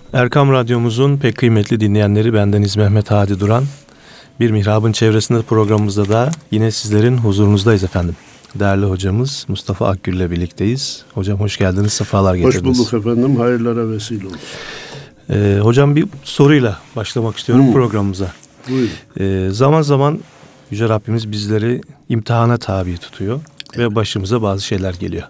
Erkam Radyomuzun pek kıymetli dinleyenleri, bendeniz Mehmet Hadi Duran. Bir Mihrab'ın çevresinde programımızda da yine sizlerin huzurunuzdayız efendim. Değerli hocamız Mustafa Akgül ile birlikteyiz. Hocam hoş geldiniz, sefalar getirdiniz. Hoş bulduk efendim, hayırlara vesile olsun. Hocam bir soruyla başlamak istiyorum programımıza. Buyurun. Zaman zaman Yüce Rabbimiz bizleri imtihana tabi tutuyor ve başımıza bazı şeyler geliyor.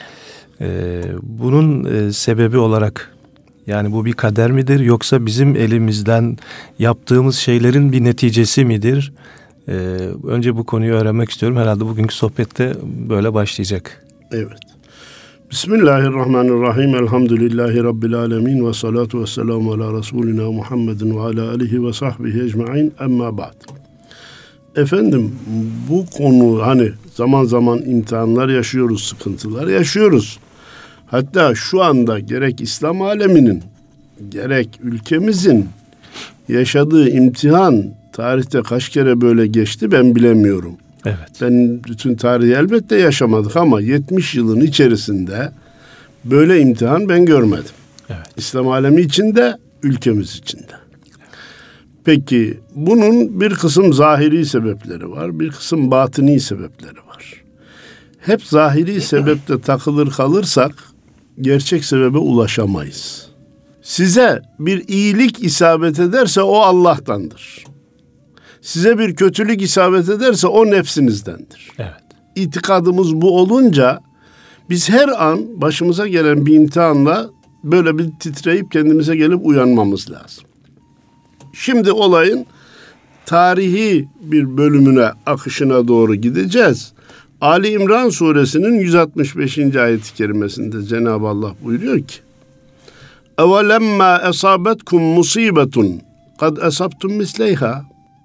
Bunun sebebi olarak, yani bu bir kader midir yoksa bizim elimizden yaptığımız şeylerin bir neticesi midir? Önce bu konuyu öğrenmek istiyorum. Herhalde bugünkü sohbette böyle başlayacak. Evet. Bismillahirrahmanirrahim. Elhamdülillahi Rabbil alemin. Ve salatu ve selamu ala Resulina Muhammedin ve ala alihi ve sahbihi ecma'in. Emma ba'd. Efendim, bu konu hani zaman zaman imtihanlar yaşıyoruz, sıkıntılar yaşıyoruz. Hatta şu anda gerek İslam aleminin, gerek ülkemizin yaşadığı imtihan tarihte kaç kere böyle geçti ben bilemiyorum. Evet. Ben bütün tarihi elbette yaşamadık ama 70 yılın içerisinde böyle imtihan ben görmedim. Evet. İslam alemi için de, ülkemiz için de. Peki bunun bir kısım zahiri sebepleri var, bir kısım batini sebepleri var. Hep zahiri sebepte takılır kalırsak gerçek sebebe ulaşamayız. Size bir iyilik isabet ederse o Allah'tandır. Size bir kötülük isabet ederse o nefsinizdendir. Evet. İtikadımız bu olunca biz her an başımıza gelen bir imtihanla böyle bir titreyip kendimize gelip uyanmamız lazım. Şimdi olayın tarihi bir bölümüne, akışına doğru gideceğiz. Ali İmran suresinin 165. ayet-i kerimesinde Cenab-ı Allah buyuruyor ki: اَوَلَمَّا اَصَابَتْكُمْ مُصِيبَةٌ قَدْ اَصَبْتُمْ مِسْلَيْهَا.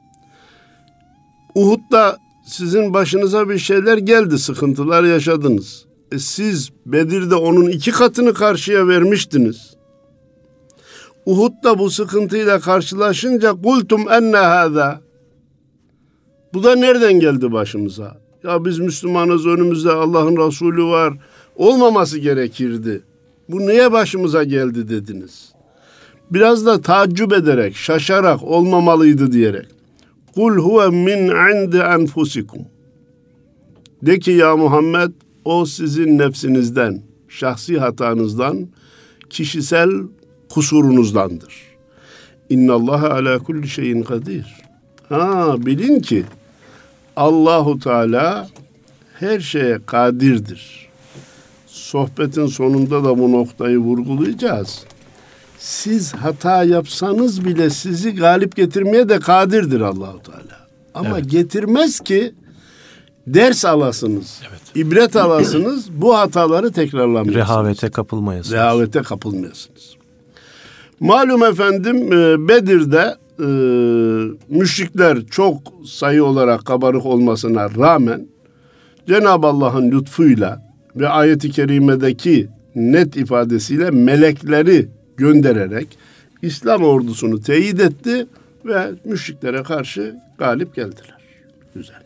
Uhud'da sizin başınıza bir şeyler geldi, sıkıntılar yaşadınız. Siz Bedir'de onun 2 katını karşıya vermiştiniz. Uhud'da bu sıkıntıyla karşılaşınca kultum enne hâzâ. Bu da nereden geldi başımıza? Ya biz Müslümanız, önümüzde Allah'ın Resulü var. Olmaması gerekirdi. Bu niye başımıza geldi dediniz. Biraz da taaccüp ederek, şaşarak, olmamalıydı diyerek. Kul huve min indi enfusikum. De ki ya Muhammed, o sizin nefsinizden, şahsi hatanızdan, kişisel kusurunuzdandır. İnnallâhe alâ kulli şeyin kadir. Bilin ki Allahu Teala her şeye kadirdir. Sohbetin sonunda da bu noktayı vurgulayacağız. Siz hata yapsanız bile sizi galip getirmeye de kadirdir Allahu Teala. Ama getirmez ki ders alasınız, ibret alasınız, bu hataları tekrarlamayasınız. Rehavete kapılmayasınız. Malum efendim, Bedir'de müşrikler çok sayı olarak kabarık olmasına rağmen Cenab-ı Allah'ın lütfuyla ve ayet-i kerimedeki net ifadesiyle melekleri göndererek İslam ordusunu teyit etti ve müşriklere karşı galip geldiler. Güzel.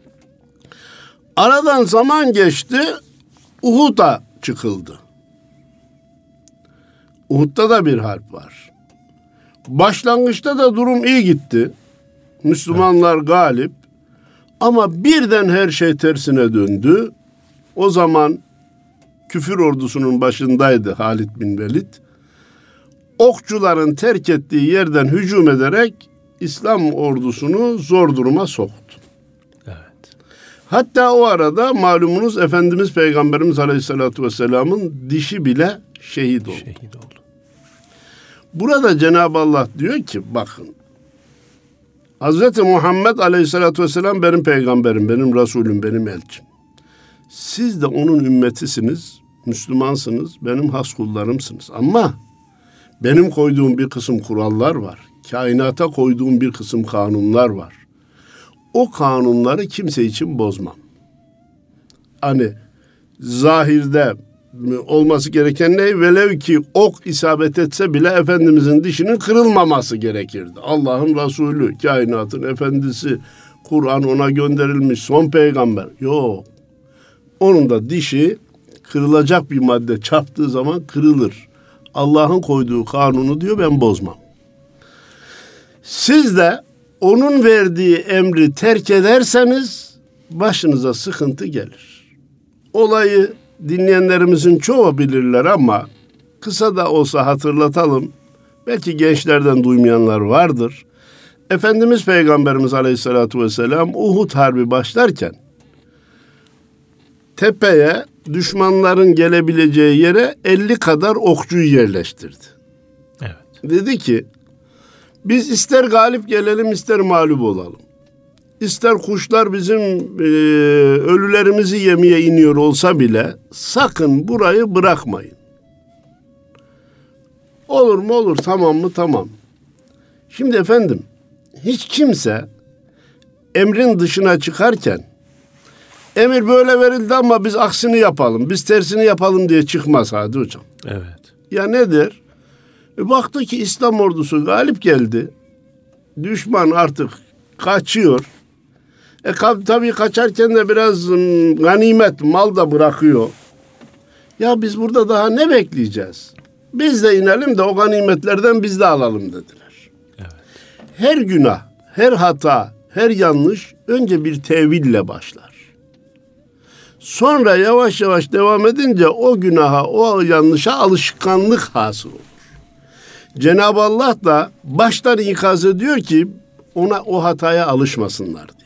Aradan zaman geçti, Uhud'a çıkıldı. Uhud'da da bir harp var. Başlangıçta da durum iyi gitti. Müslümanlar galip. Ama birden her şey tersine döndü. O zaman küfür ordusunun başındaydı Halid bin Velid. Okçuların terk ettiği yerden hücum ederek İslam ordusunu zor duruma soktu. Evet. Hatta o arada malumunuz Efendimiz Peygamberimiz Aleyhisselatü Vesselam'ın dişi bile şehit oldu. Burada Cenab-ı Allah diyor ki bakın, Hazreti Muhammed Aleyhisselatü Vesselam benim peygamberim, benim Resulüm, benim elçim. Siz de onun ümmetisiniz, Müslümansınız, benim has kullarımsınız. Ama benim koyduğum bir kısım kurallar var. Kainata koyduğum bir kısım kanunlar var. O kanunları kimse için bozmam. Hani zahirde olması gereken ne? Velev ki ok isabet etse bile Efendimizin dişinin kırılmaması gerekirdi. Allah'ın Resulü, kainatın efendisi, Kur'an ona gönderilmiş son peygamber. Yok. Onun da dişi kırılacak bir madde çarptığı zaman kırılır. Allah'ın koyduğu kanunu diyor ben bozmam. Siz de onun verdiği emri terk ederseniz başınıza sıkıntı gelir. Olayı dinleyenlerimizin çoğu bilirler ama kısa da olsa hatırlatalım. Belki gençlerden duymayanlar vardır. Efendimiz Peygamberimiz Aleyhisselatü Vesselam Uhud Harbi başlarken tepeye düşmanların gelebileceği yere 50 kadar okçuyu yerleştirdi. Evet. Dedi ki biz ister galip gelelim ister mağlup olalım. İster kuşlar bizim ölülerimizi yemeye iniyor olsa bile sakın burayı bırakmayın. Olur mu olur, tamam mı tamam. Şimdi efendim hiç kimse emrin dışına çıkarken emir böyle verildi ama biz aksini yapalım, biz tersini yapalım diye çıkmaz Hadi Hocam. Evet. Ya nedir? Baktı ki İslam ordusu galip geldi. Düşman artık kaçıyor. Tabii kaçarken de biraz ganimet, mal da bırakıyor. Ya biz burada daha ne bekleyeceğiz? Biz de inelim de o ganimetlerden biz de alalım dediler. Evet. Her günah, her hata, her yanlış önce bir teville başlar. Sonra yavaş yavaş devam edince o günaha, o yanlışa alışkanlık hasıl olur. Cenab-ı Allah da baştan ikaz ediyor ki ona o hataya alışmasınlar diye.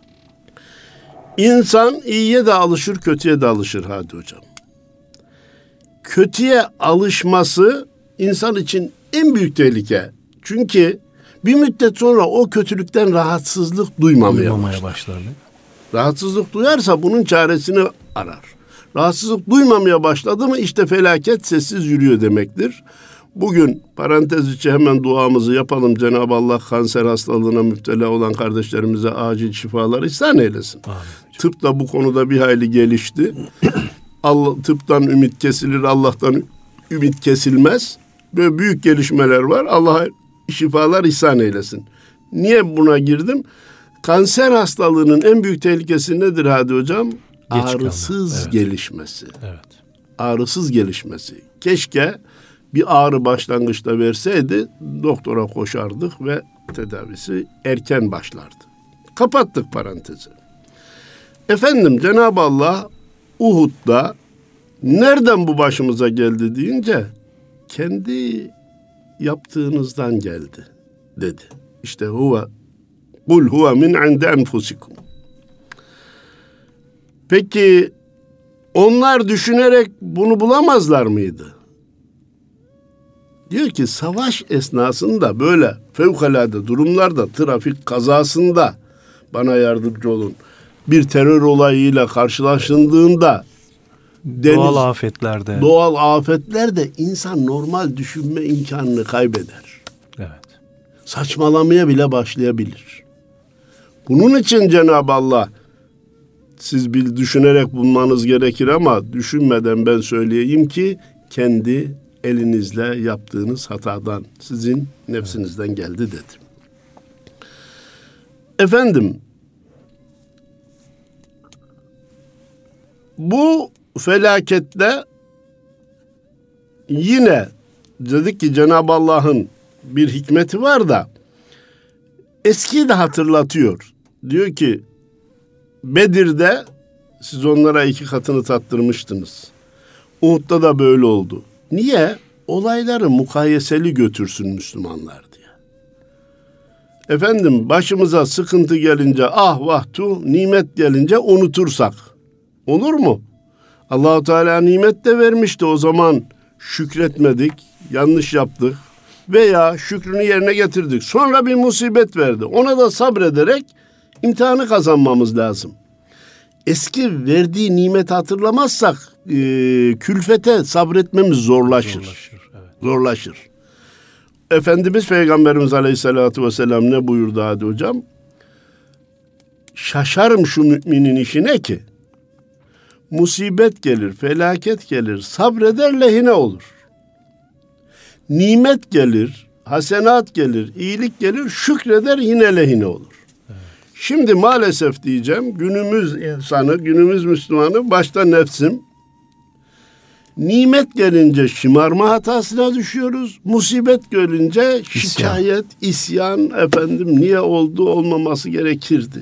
İnsan iyiye de alışır, kötüye de alışır Hadi Hocam. Kötüye alışması insan için en büyük tehlike. Çünkü bir müddet sonra o kötülükten rahatsızlık duymamaya başlar. Rahatsızlık duyarsa bunun çaresini arar. Rahatsızlık duymamaya başladı mı işte felaket sessiz yürüyor demektir. Bugün parantez içi hemen duamızı yapalım. Cenab-ı Allah kanser hastalığına müptela olan kardeşlerimize acil şifalar ihsan eylesin. Amin. Tıp da bu konuda bir hayli gelişti. Tıptan ümit kesilir, Allah'tan ümit kesilmez. Böyle büyük gelişmeler var. Allah şifalar ihsan eylesin. Niye buna girdim? Kanser hastalığının en büyük tehlikesi nedir Hadi Hocam? Ağrısız gelişmesi. Evet. Ağrısız gelişmesi. Keşke bir ağrı başlangıçta verseydi doktora koşardık ve tedavisi erken başlardı. Kapattık parantezi. Efendim Cenab-ı Allah Uhud'da nereden bu başımıza geldi deyince kendi yaptığınızdan geldi dedi. İşte kul huve min inde enfusikum. Peki onlar düşünerek bunu bulamazlar mıydı? Diyor ki savaş esnasında böyle fevkalade durumlarda, trafik kazasında bana yardımcı olun. Bir terör olayıyla karşılaşıldığında doğal afetlerde insan normal düşünme imkanını kaybeder. Evet. Saçmalamaya bile başlayabilir. Bunun için Cenab-ı Allah siz düşünerek bulmanız gerekir ama düşünmeden ben söyleyeyim ki kendi elinizle yaptığınız hatadan, sizin nefsinizden geldi dedi. Efendim, bu felakette yine dedik ki Cenab-ı Allah'ın bir hikmeti var da eskiyi de hatırlatıyor. Diyor ki Bedir'de siz onlara 2 katını tattırmıştınız. Uhud'da da böyle oldu. Niye? Olayları mukayeseli götürsün Müslümanlar diye. Efendim başımıza sıkıntı gelince ah vah tuh, nimet gelince unutursak olur mu? Allah-u Teala nimet de vermişti, o zaman şükretmedik, yanlış yaptık veya şükrünü yerine getirdik. Sonra bir musibet verdi. Ona da sabrederek imtihanı kazanmamız lazım. Eski verdiği nimeti hatırlamazsak külfete sabretmemiz zorlaşır. Evet. Zorlaşır. Efendimiz Peygamberimiz Aleyhisselatü Vesselam ne buyurdu Hadi Hocam? Şaşarım şu müminin işine ki musibet gelir, felaket gelir, sabreder lehine olur. Nimet gelir, hasenat gelir, iyilik gelir, şükreder yine lehine olur. Evet. Şimdi maalesef diyeceğim, günümüz insanı, günümüz Müslümanı, başta nefsim, Nimet gelince şımarma hatasına düşüyoruz. Musibet gelince şikayet, isyan, efendim niye oldu, olmaması gerekirdi.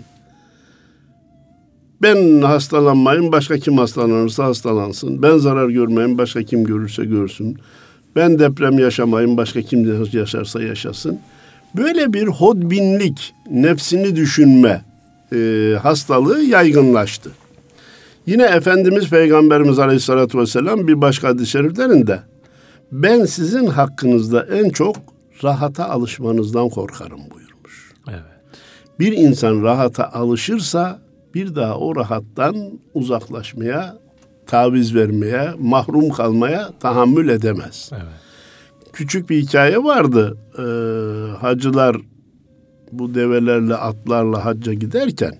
Ben hastalanmayayım, başka kim hastalanırsa hastalansın. Ben zarar görmeyeyim, başka kim görürse görsün. Ben deprem yaşamayayım, başka kim yaşarsa yaşasın. Böyle bir hodbinlik, nefsini düşünme hastalığı yaygınlaştı. Yine Efendimiz Peygamberimiz Aleyhisselatü Vesselam bir başka hadis-i şeriflerinde ben sizin hakkınızda en çok rahata alışmanızdan korkarım buyurmuş. Evet. Bir insan rahata alışırsa bir daha o rahattan uzaklaşmaya, taviz vermeye, mahrum kalmaya tahammül edemez. Evet. Küçük bir hikaye vardı. Hacılar bu develerle, atlarla hacca giderken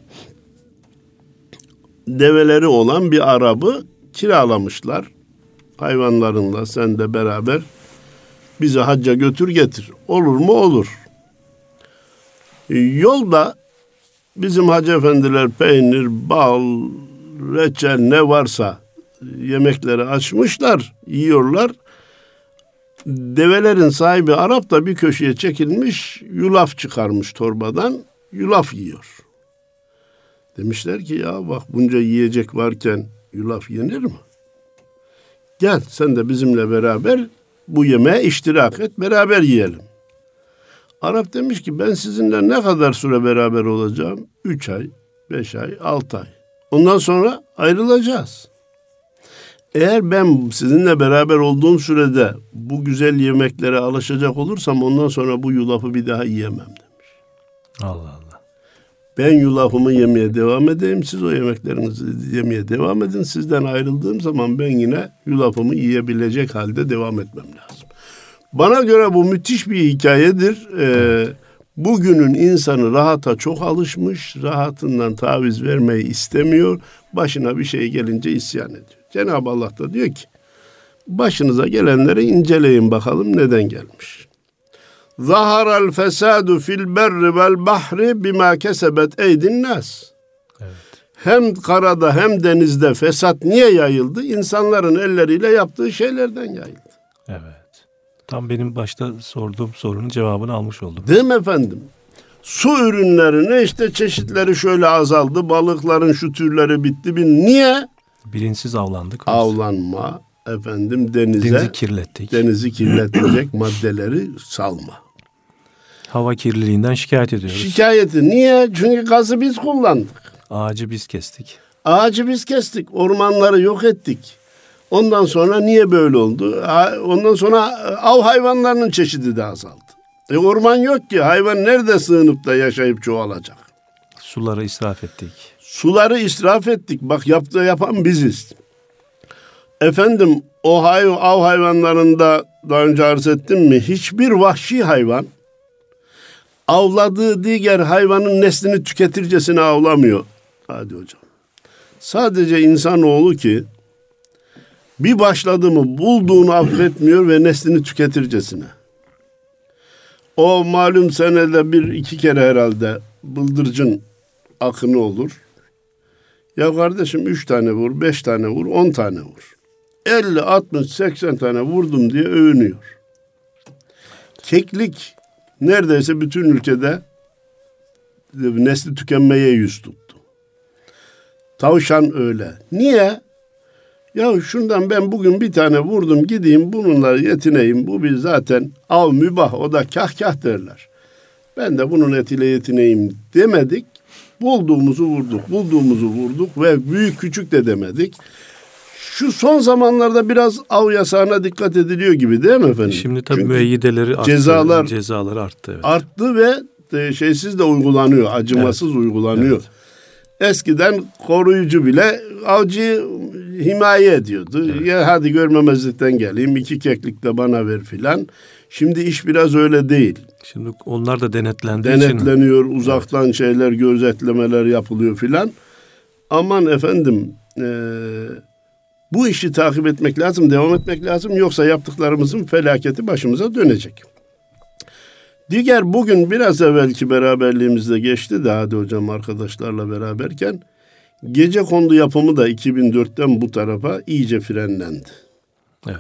develeri olan bir arabı kiralamışlar. Hayvanlarınla sen de beraber bizi hacca götür getir. Olur mu? Olur. Yolda bizim hacı efendiler peynir, bal, reçel ne varsa yemekleri açmışlar, yiyorlar. Develerin sahibi Arap da bir köşeye çekilmiş, yulaf çıkarmış torbadan, yulaf yiyor. Demişler ki ya bak bunca yiyecek varken yulaf yenir mi? Gel sen de bizimle beraber bu yemeğe iştirak et, beraber yiyelim. Arap demiş ki ben sizinle ne kadar süre beraber olacağım? 3 ay, 5 ay, 6 ay. Ondan sonra ayrılacağız. Eğer ben sizinle beraber olduğum sürede bu güzel yemeklere alışacak olursam ondan sonra bu yulafı bir daha yiyemem demiş. Allah Allah. Ben yulafımı yemeye devam edeyim, siz o yemeklerinizi yemeye devam edin. Sizden ayrıldığım zaman ben yine yulafımı yiyebilecek halde devam etmem lazım. Bana göre bu müthiş bir hikayedir. Bugünün insanı rahata çok alışmış, rahatından taviz vermeyi istemiyor. Başına bir şey gelince isyan ediyor. Cenab-ı Allah da diyor ki, başınıza gelenleri inceleyin bakalım neden gelmiş. Zaharal fesadu fil berri vel bahri bima kesebet eydin nas. Evet. Hem karada hem denizde fesat niye yayıldı? İnsanların elleriyle yaptığı şeylerden yayıldı. Evet. Tam benim başta sorduğum sorunun cevabını almış oldum. Değil mi efendim? Su ürünlerine işte çeşitleri şöyle azaldı. Balıkların şu türleri bitti. Niye? Bilinçsiz avlandık. Avlanma, efendim denizi kirlettik. Denizi kirletecek maddeleri salma. Hava kirliliğinden şikayet ediyoruz. Şikayeti niye? Çünkü gazı biz kullandık. Ağacı biz kestik. Ağacı biz kestik. Ormanları yok ettik. Ondan sonra niye böyle oldu? Ondan sonra av hayvanlarının çeşidi de azaldı. Orman yok ki. Hayvan nerede sığınıp da yaşayıp çoğalacak? Suları israf ettik. Suları israf ettik. Bak yapan biziz. Efendim o av hayvanlarında daha önce arz ettim mi? Hiçbir vahşi hayvan avladığı diğer hayvanın neslini tüketircesine avlamıyor. Hadi hocam. Sadece insanoğlu ki bir başladı mı bulduğunu affetmiyor ve neslini tüketircesine. O malum senede 1-2 kere herhalde bıldırcın akını olur. Ya kardeşim 3 tane vur, 5 tane vur, 10 tane vur. 50, 60, 80 tane vurdum diye övünüyor. Keklik neredeyse bütün ülkede nesli tükenmeye yüz tuttu. Tavşan öyle. Niye? Ya şundan ben bugün bir tane vurdum gideyim bununla yetineyim. Bu bir zaten av mübah o da kah derler. Ben de bunun etiyle yetineyim demedik. Bulduğumuzu vurduk ve büyük küçük de demedik. Şu son zamanlarda biraz av yasağına dikkat ediliyor gibi değil mi efendim? Şimdi tabii müeyyideleri arttı. Cezalar arttı. Evet. Arttı ve şeysiz de uygulanıyor. Acımasız uygulanıyor. Evet. Eskiden koruyucu bile avcıyı himaye ediyordu. Evet. Ya hadi görmemezlikten geleyim 2 keklik de bana ver filan. Şimdi iş biraz öyle değil. Şimdi onlar da denetleniyor. Uzaktan şeyler, gözetlemeler yapılıyor filan. Aman efendim bu işi takip etmek lazım, devam etmek lazım. Yoksa yaptıklarımızın felaketi başımıza dönecek. Diğer bugün biraz evvelki beraberliğimizde geçti de hadi hocam arkadaşlarla beraberken gecekondu yapımı da 2004'ten bu tarafa iyice frenlendi. Evet.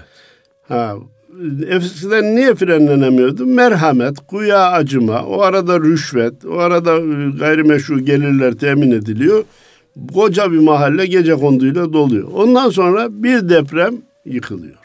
Eskiden niye frenlenemiyordu? Merhamet, güya acıma, o arada rüşvet, o arada gayrimeşru gelirler temin ediliyor. Koca bir mahalle gecekondu'yla doluyor. Ondan sonra bir deprem yıkılıyor.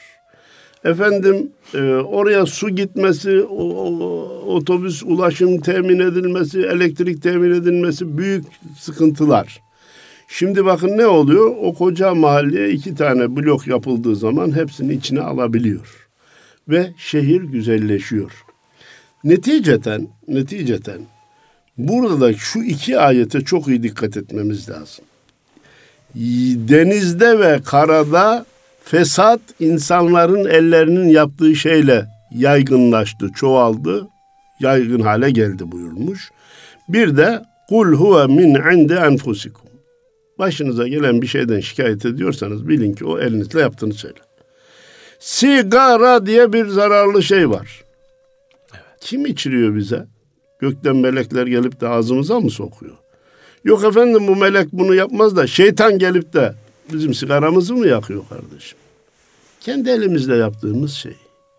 Oraya su gitmesi, otobüs ulaşım temin edilmesi, elektrik temin edilmesi büyük sıkıntılar. Şimdi bakın ne oluyor? O koca mahalleye 2 tane blok yapıldığı zaman hepsini içine alabiliyor. Ve şehir güzelleşiyor. Neticeten burada da şu 2 ayete çok iyi dikkat etmemiz lazım. Denizde ve karada fesat insanların ellerinin yaptığı şeyle yaygınlaştı, çoğaldı, yaygın hale geldi buyurmuş. Bir de kul huve min indi enfusikum. Başınıza gelen bir şeyden şikayet ediyorsanız bilin ki o elinizle yaptığınız şeyler. Sigara diye bir zararlı şey var. Evet. Kim içiriyor bize? Gökten melekler gelip de ağzımıza mı sokuyor? Yok efendim, bu melek bunu yapmaz da şeytan gelip de bizim sigaramızı mı yakıyor kardeşim? Kendi elimizle yaptığımız şey.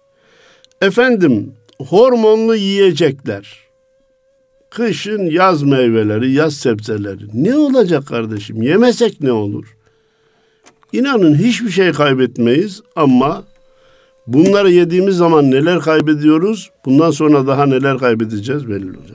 Hormonlu yiyecekler. Kışın yaz meyveleri, yaz sebzeleri. Ne olacak kardeşim? Yemesek ne olur? İnanın hiçbir şey kaybetmeyiz ama bunları yediğimiz zaman neler kaybediyoruz? Bundan sonra daha neler kaybedeceğiz belli olacak.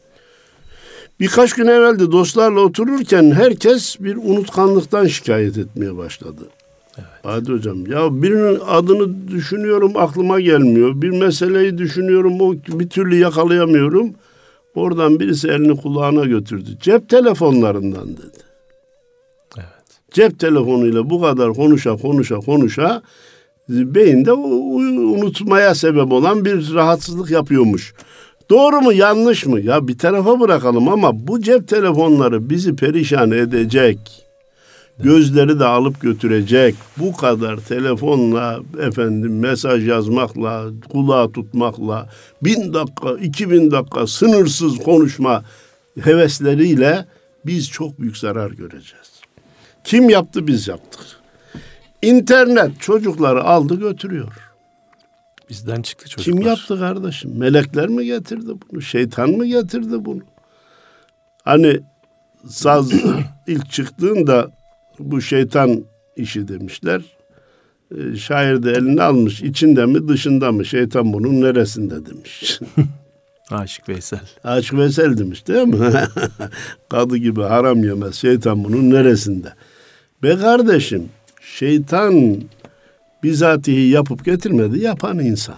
Birkaç gün evvelde dostlarla otururken herkes bir unutkanlıktan şikayet etmeye başladı. Evet. Hadi hocam, ya birinin adını düşünüyorum, aklıma gelmiyor. Bir meseleyi düşünüyorum, o bir türlü yakalayamıyorum. Oradan birisi elini kulağına götürdü. Cep telefonlarından dedi. Evet. Cep telefonuyla bu kadar konuşa beyinde unutmaya sebep olan bir rahatsızlık yapıyormuş. Doğru mu, yanlış mı? Ya bir tarafa bırakalım ama bu cep telefonları bizi perişan edecek. Gözleri de alıp götürecek. Bu kadar telefonla, mesaj yazmakla, kulağa tutmakla, 1000 dakika, 2000 dakika sınırsız konuşma hevesleriyle biz çok büyük zarar göreceğiz. Kim yaptı? Biz yaptık. İnternet çocukları aldı götürüyor. Bizden çıktı çocuklar. Kim yaptı kardeşim? Melekler mi getirdi bunu? Şeytan mı getirdi bunu? Hani saz ilk çıktığında bu şeytan işi demişler. Şair de elini almış. İçinde mi dışında mı? Şeytan bunun neresinde demiş. Aşık Veysel. Aşık Veysel demiş değil mi? Kadı gibi haram yemez. Şeytan bunun neresinde? Be kardeşim, şeytan bizatihi yapıp getirmedi. Yapan insan.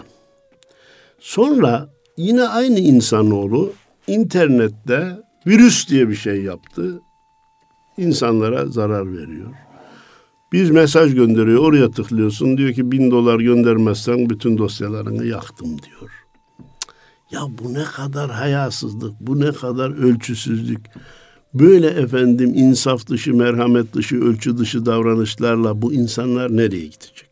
Sonra yine aynı insanoğlu internette virüs diye bir şey yaptı. İnsanlara zarar veriyor. Bir mesaj gönderiyor, oraya tıklıyorsun. Diyor ki $1000 göndermezsen bütün dosyalarını yaktım diyor. Ya bu ne kadar hayasızlık, bu ne kadar ölçüsüzlük. Böyle insaf dışı, merhamet dışı, ölçü dışı davranışlarla bu insanlar nereye gidecek?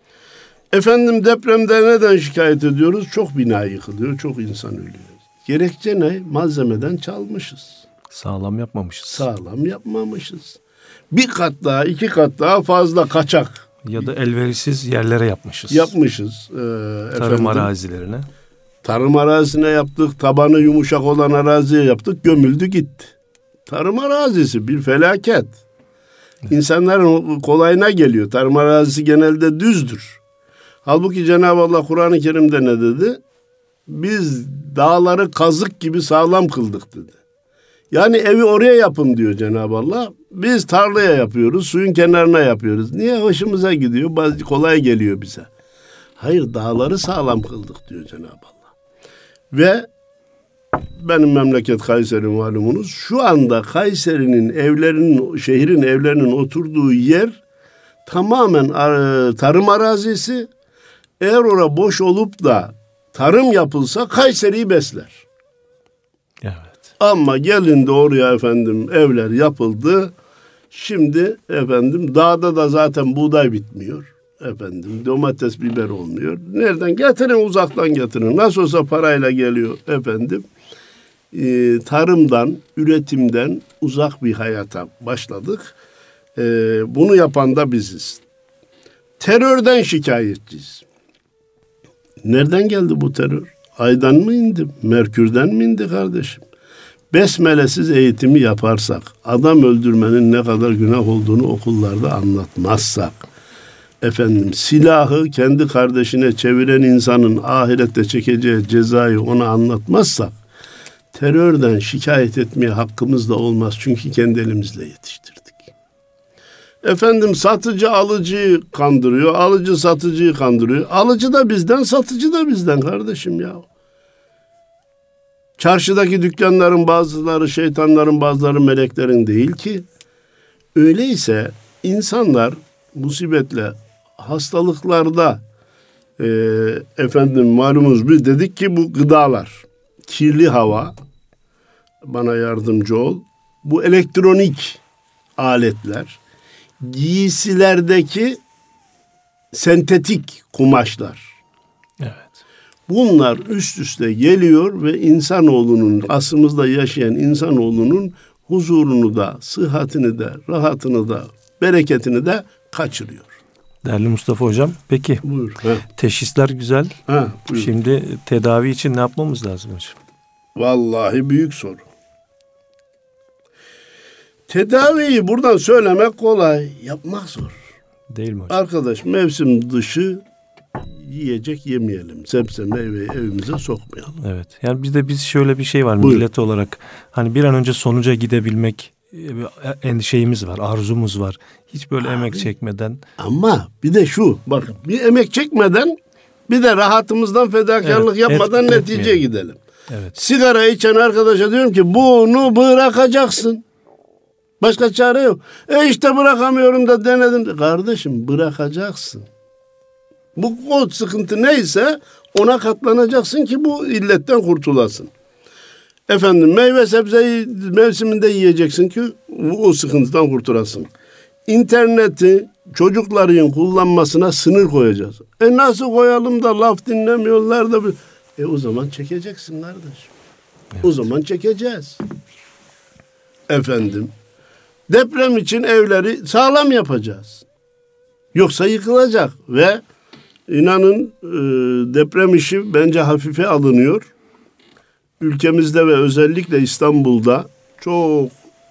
Depremde neden şikayet ediyoruz? Çok bina yıkılıyor, çok insan ölüyor. Gerekçe ne? Malzemeden çalmışız. Sağlam yapmamışız. Bir kat daha, 2 kat daha fazla kaçak. Ya da elverişsiz yerlere yapmışız. Tarım arazilerine. Tarım arazisine yaptık. Tabanı yumuşak olan araziye yaptık. Gömüldü gitti. Tarım arazisi bir felaket. Evet. İnsanların kolayına geliyor. Tarım arazisi genelde düzdür. Halbuki Cenab-ı Allah Kur'an-ı Kerim'de ne dedi? Biz dağları kazık gibi sağlam kıldık dedi. Yani evi oraya yapın diyor Cenab-ı Allah. Biz tarlaya yapıyoruz, suyun kenarına yapıyoruz. Niye? Hoşumuza gidiyor, kolay geliyor bize. Hayır, dağları sağlam kıldık diyor Cenab-ı Allah. Ve benim memleket Kayseri malumunuz. Şu anda Kayseri'nin şehrin evlerinin oturduğu yer tamamen tarım arazisi. Eğer orada boş olup da tarım yapılsa Kayseri'yi besler. Evet. Ama gelin de oraya evler yapıldı. Şimdi dağda da zaten buğday bitmiyor. Domates, biber olmuyor. Nereden? Getirin, uzaktan getirin. Nasıl olsa parayla geliyor tarımdan, üretimden uzak bir hayata başladık. Bunu yapan da biziz. Terörden şikayetçiyiz. Nereden geldi bu terör? Aydan mı indi? Merkürden mi indi kardeşim? Besmelesiz eğitimi yaparsak, adam öldürmenin ne kadar günah olduğunu okullarda anlatmazsak, silahı kendi kardeşine çeviren insanın ahirette çekeceği cezayı ona anlatmazsak, terörden şikayet etmeye hakkımız da olmaz. Çünkü kendi elimizle yetiştirdik. Satıcı alıcıyı kandırıyor, alıcı satıcıyı kandırıyor. Alıcı da bizden, satıcı da bizden kardeşim ya. Çarşıdaki dükkanların bazıları şeytanların, bazıları meleklerin değil ki. Öyleyse insanlar musibetle, hastalıklarda malumunuz biz dedik ki bu gıdalar, kirli hava, bana yardımcı ol. Bu elektronik aletler, giysilerdeki sentetik kumaşlar. Evet. Bunlar üst üste geliyor ve insanoğlunun, asrımızda yaşayan insanoğlunun huzurunu da, sıhhatini de, rahatını da, bereketini de kaçırıyor. Değerli Mustafa Hocam, peki Buyur. teşhisler güzel. Buyur. Şimdi tedavi için ne yapmamız lazım hocam? Vallahi büyük soru. Tedaviyi buradan söylemek kolay, yapmak zor. Değil mi hocam? Arkadaş, mevsim dışı yiyecek yemeyelim. Sebze meyveyi evimize sokmayalım. Evet. Yani biz şöyle bir şey var. Buyur. Millet olarak hani bir an önce sonuca gidebilmek endişemiz var, arzumuz var. Hiç böyle emek çekmeden. Ama bir de şu, bak, bir emek çekmeden, bir de rahatımızdan fedakarlık yapmadan neticeye gidelim. Evet. Sigara içen arkadaşa diyorum ki bunu bırakacaksın. Başka çare yok. İşte bırakamıyorum da denedim. Kardeşim, bırakacaksın. O sıkıntı neyse ona katlanacaksın ki bu illetten kurtulasın. Meyve sebzeyi mevsiminde yiyeceksin ki o sıkıntıdan kurtulasın. İnterneti çocukların kullanmasına sınır koyacağız. Nasıl koyalım da laf dinlemiyorlar da. O zaman çekeceksin kardeşim. Evet. O zaman çekeceğiz. Deprem için evleri sağlam yapacağız. Yoksa yıkılacak ve inanın deprem işi bence hafife alınıyor. Ülkemizde ve özellikle İstanbul'da çok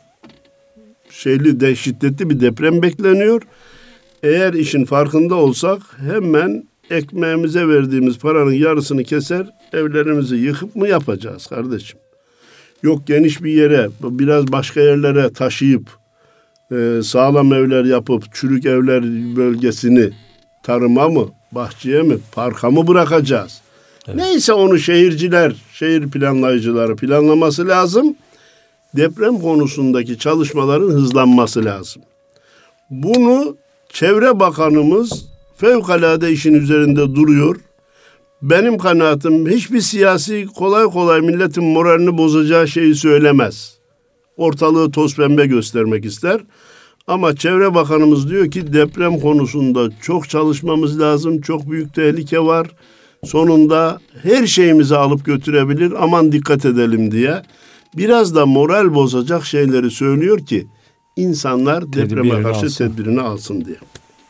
şiddetli bir deprem bekleniyor. Eğer işin farkında olsak hemen ekmeğimize verdiğimiz paranın yarısını keser, evlerimizi yıkıp mı yapacağız kardeşim? Yok geniş bir yere, biraz başka yerlere taşıyıp sağlam evler yapıp çürük evler bölgesini tarıma mı, bahçeye mi, parka mı bırakacağız? Evet. Neyse onu şehirciler, şehir planlayıcıları planlaması lazım. Deprem konusundaki çalışmaların hızlanması lazım. Bunu Çevre Bakanımız fevkalade işin üzerinde duruyor. Benim kanaatim hiçbir siyasi kolay kolay milletin moralini bozacağı şeyi söylemez. Ortalığı toz pembe göstermek ister. Ama Çevre Bakanımız diyor ki deprem konusunda çok çalışmamız lazım. Çok büyük tehlike var. Sonunda her şeyimizi alıp götürebilir. Aman dikkat edelim diye. Biraz da moral bozacak şeyleri söylüyor ki insanlar depreme karşı tedbirini alsın diye.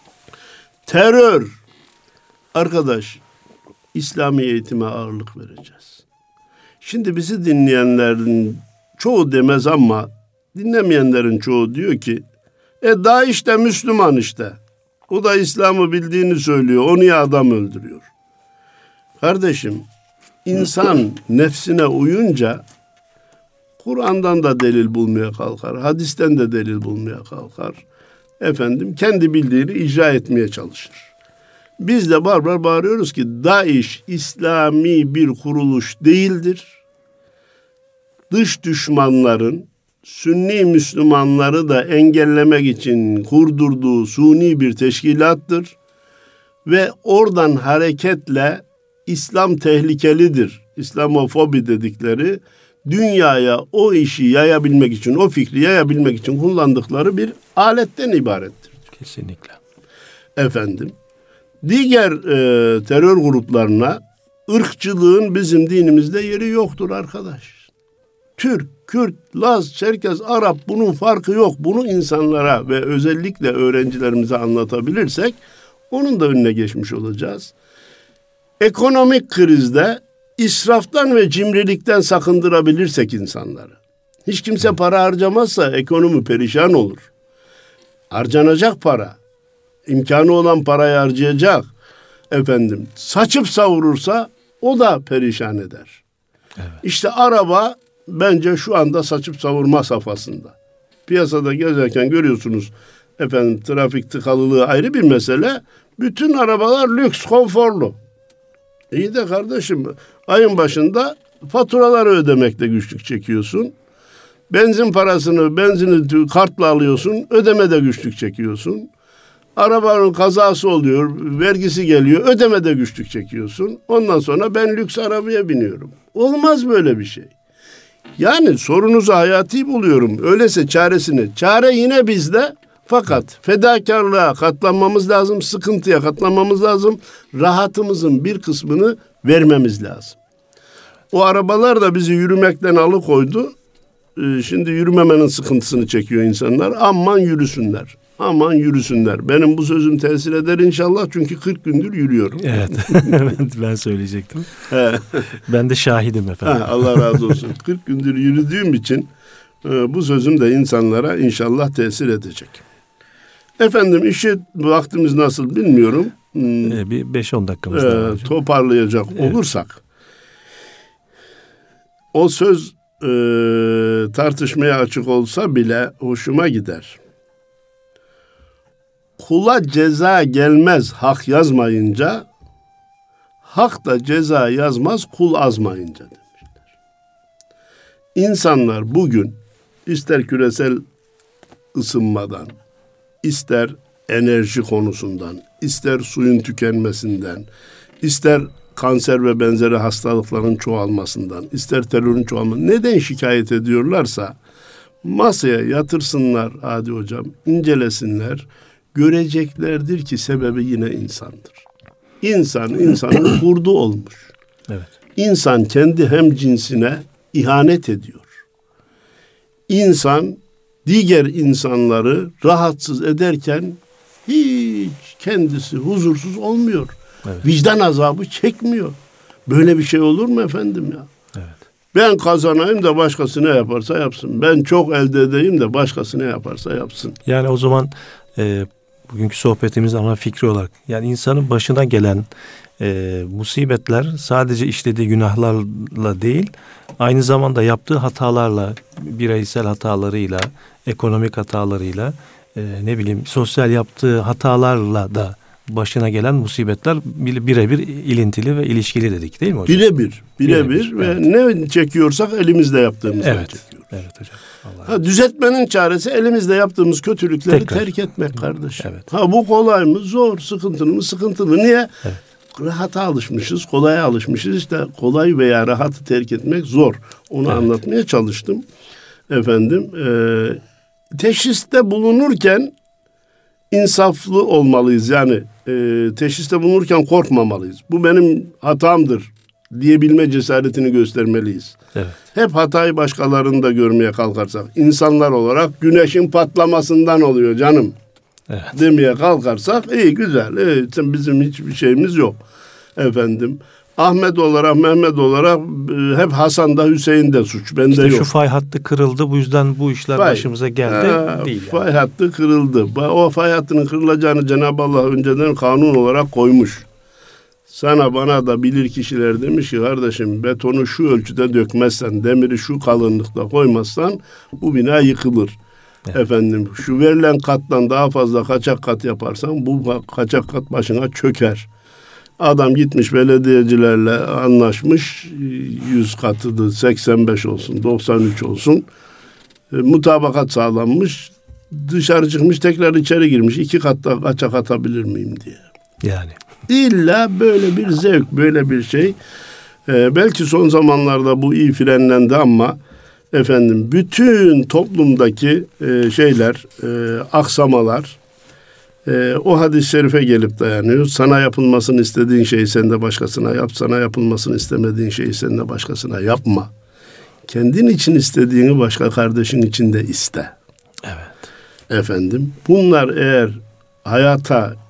Terör. Arkadaş, İslami eğitime ağırlık vereceğiz. Şimdi bizi dinleyenlerin çoğu demez ama dinlemeyenlerin çoğu diyor ki DAEŞ de Müslüman işte. O da İslam'ı bildiğini söylüyor. O niye adam öldürüyor? Kardeşim, insan nefsine uyunca Kur'an'dan da delil bulmaya kalkar. Hadisten de delil bulmaya kalkar. Kendi bildiğini icra etmeye çalışır. Biz de bağırıyoruz ki DAEŞ İslami bir kuruluş değildir. Dış düşmanların Sünni Müslümanları da engellemek için kurdurduğu suni bir teşkilattır. Ve oradan hareketle İslam tehlikelidir, İslamofobi dedikleri dünyaya o işi yayabilmek için, o fikri yayabilmek için kullandıkları bir aletten ibarettir. Kesinlikle. Diğer terör gruplarına ırkçılığın bizim dinimizde yeri yoktur arkadaş. Türk, Kürt, Laz, Çerkez, Arap bunun farkı yok. Bunu insanlara ve özellikle öğrencilerimize anlatabilirsek Onun da önüne geçmiş olacağız. Ekonomik krizde israftan ve cimrilikten sakındırabilirsek insanları. Hiç kimse para harcamazsa ekonomi perişan olur. Harcanacak para. İmkanı olan parayı harcayacak. Saçıp savurursa o da perişan eder. Evet. İşte araba bence şu anda saçıp savurma safhasında. Piyasada gezerken görüyorsunuz trafik tıkalılığı ayrı bir mesele. Bütün arabalar lüks, konforlu. İyi de kardeşim ayın başında faturaları ödemekte güçlük çekiyorsun. Benzini kartla alıyorsun, ödemede güçlük çekiyorsun. Arabanın kazası oluyor, vergisi geliyor, ödemede güçlük çekiyorsun. Ondan sonra ben lüks arabaya biniyorum. Olmaz böyle bir şey. Yani sorunuzu hayati buluyorum. Öyleyse çare yine bizde. Fakat fedakarlığa katlanmamız lazım, sıkıntıya katlanmamız lazım. Rahatımızın bir kısmını vermemiz lazım. O arabalar da bizi yürümekten alıkoydu. Şimdi yürümemenin sıkıntısını çekiyor insanlar. Aman yürüsünler. Aman yürüsünler. Benim bu sözüm tesir eder inşallah çünkü 40 gündür yürüyorum. Evet. Ben söyleyecektim. Ben de şahidim efendim. Allah razı olsun. 40 gündür yürüdüğüm için bu sözüm de insanlara inşallah tesir edecek. Vaktimiz nasıl bilmiyorum. Bir 5-10 dakikamız daha var. Toparlayacak olursak o söz tartışmaya açık olsa bile hoşuma gider. Kula ceza gelmez hak yazmayınca, hak da ceza yazmaz kul azmayınca demişler. İnsanlar bugün ister küresel ısınmadan, ister enerji konusundan, ister suyun tükenmesinden, ister kanser ve benzeri hastalıkların çoğalmasından, ister terörün çoğalmasından neden şikayet ediyorlarsa masaya yatırsınlar Hadi Hocam, incelesinler, göreceklerdir ki sebebi yine insandır. İnsan insanın kurdu olmuş. Evet. İnsan kendi hemcinsine ihanet ediyor. İnsan diğer insanları rahatsız ederken hiç kendisi huzursuz olmuyor. Evet. Vicdan azabı çekmiyor. Böyle bir şey olur mu efendim ya? Evet. Ben kazanayım da başkası ne yaparsa yapsın. Ben çok elde edeyim de başkası ne yaparsa yapsın. Yani o zaman bugünkü sohbetimizin ana fikri olarak yani insanın başına gelen musibetler sadece işlediği günahlarla değil, aynı zamanda yaptığı hatalarla, bireysel hatalarıyla, ekonomik hatalarıyla, sosyal yaptığı hatalarla da başına gelen musibetler birebir ilintili ve ilişkili dedik değil mi hocam? Birebir ve evet. Ne çekiyorsak elimizde yaptığımızdan çekiyoruz. Evet hocam. Düzeltmenin çaresi elimizde yaptığımız kötülükleri terk etmek kardeşim. Evet. Bu kolay mı? Zor. Sıkıntılı mı? Sıkıntılı. Niye? Evet. Rahata alışmışız, kolaya alışmışız. İşte kolay veya rahatı terk etmek zor. Onu anlatmaya çalıştım. Teşhiste bulunurken insaflı olmalıyız. Yani teşhiste bulunurken korkmamalıyız. Bu benim hatamdır diyebilme cesaretini göstermeliyiz. Evet. Hep hatayı başkalarında görmeye kalkarsak, insanlar olarak güneşin patlamasından oluyor canım. Evet. Demeye kalkarsak iyi güzel. Bizim hiçbir şeyimiz yok. Ahmet olarak, Mehmet olarak hep Hasan'da, Hüseyin'de suç. Bende yok. Şu fay hattı kırıldı. Bu yüzden bu işler başımıza geldi. Değil yani. Fay hattı kırıldı. O fay hattının kırılacağını Cenab-ı Allah önceden kanun olarak koymuş. Sana bana da bilir kişiler demiş ki kardeşim betonu şu ölçüde dökmezsen, demiri şu kalınlıkta koymazsan bu bina yıkılır. Evet. Şu verilen kattan daha fazla kaçak kat yaparsan bu kaçak kat başına çöker. Adam gitmiş belediyecilerle anlaşmış 100 katıdı 85 olsun 93 olsun mutabakat sağlanmış, dışarı çıkmış tekrar içeri girmiş 2 katta kaçak atabilir miyim diye. Yani. İlla böyle bir zevk, böyle bir şey. Belki son zamanlarda bu iyi frenlendi ama bütün toplumdaki aksamalar o hadis-i şerife gelip dayanıyor. Sana yapılmasını istediğin şeyi sen de başkasına yap. Sana yapılmasını istemediğin şeyi sen de başkasına yapma. Kendin için istediğini başka kardeşin için de iste. Evet. Bunlar eğer hayata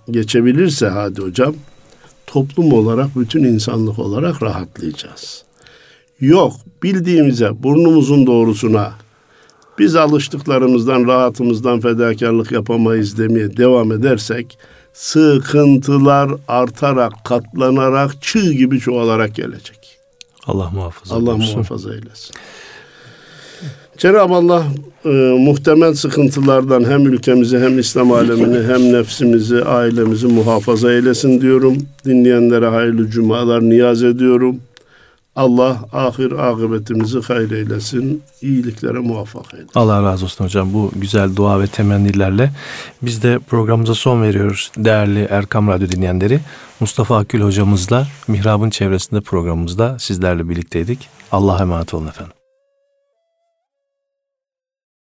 geçebilirse Hadi Hocam, toplum olarak, bütün insanlık olarak rahatlayacağız. Yok, bildiğimize, burnumuzun doğrusuna, biz alıştıklarımızdan, rahatımızdan fedakarlık yapamayız demeye devam edersek, sıkıntılar artarak, katlanarak, çığ gibi çoğalarak gelecek. Allah muhafaza Allah eylesin. muhafaza eylesin. Cenab-ı Allah muhtemel sıkıntılardan hem ülkemizi, hem İslam alemini, hem nefsimizi, ailemizi muhafaza eylesin diyorum. Dinleyenlere hayırlı cumalar niyaz ediyorum. Allah ahir akıbetimizi hayır eylesin, iyiliklere muvaffak eylesin. Allah razı olsun hocam. Bu güzel dua ve temennilerle biz de programımıza son veriyoruz. Değerli Erkam Radyo dinleyenleri, Mustafa Akgül hocamızla Mihrab'ın çevresinde programımızda sizlerle birlikteydik. Allah'a emanet olun efendim.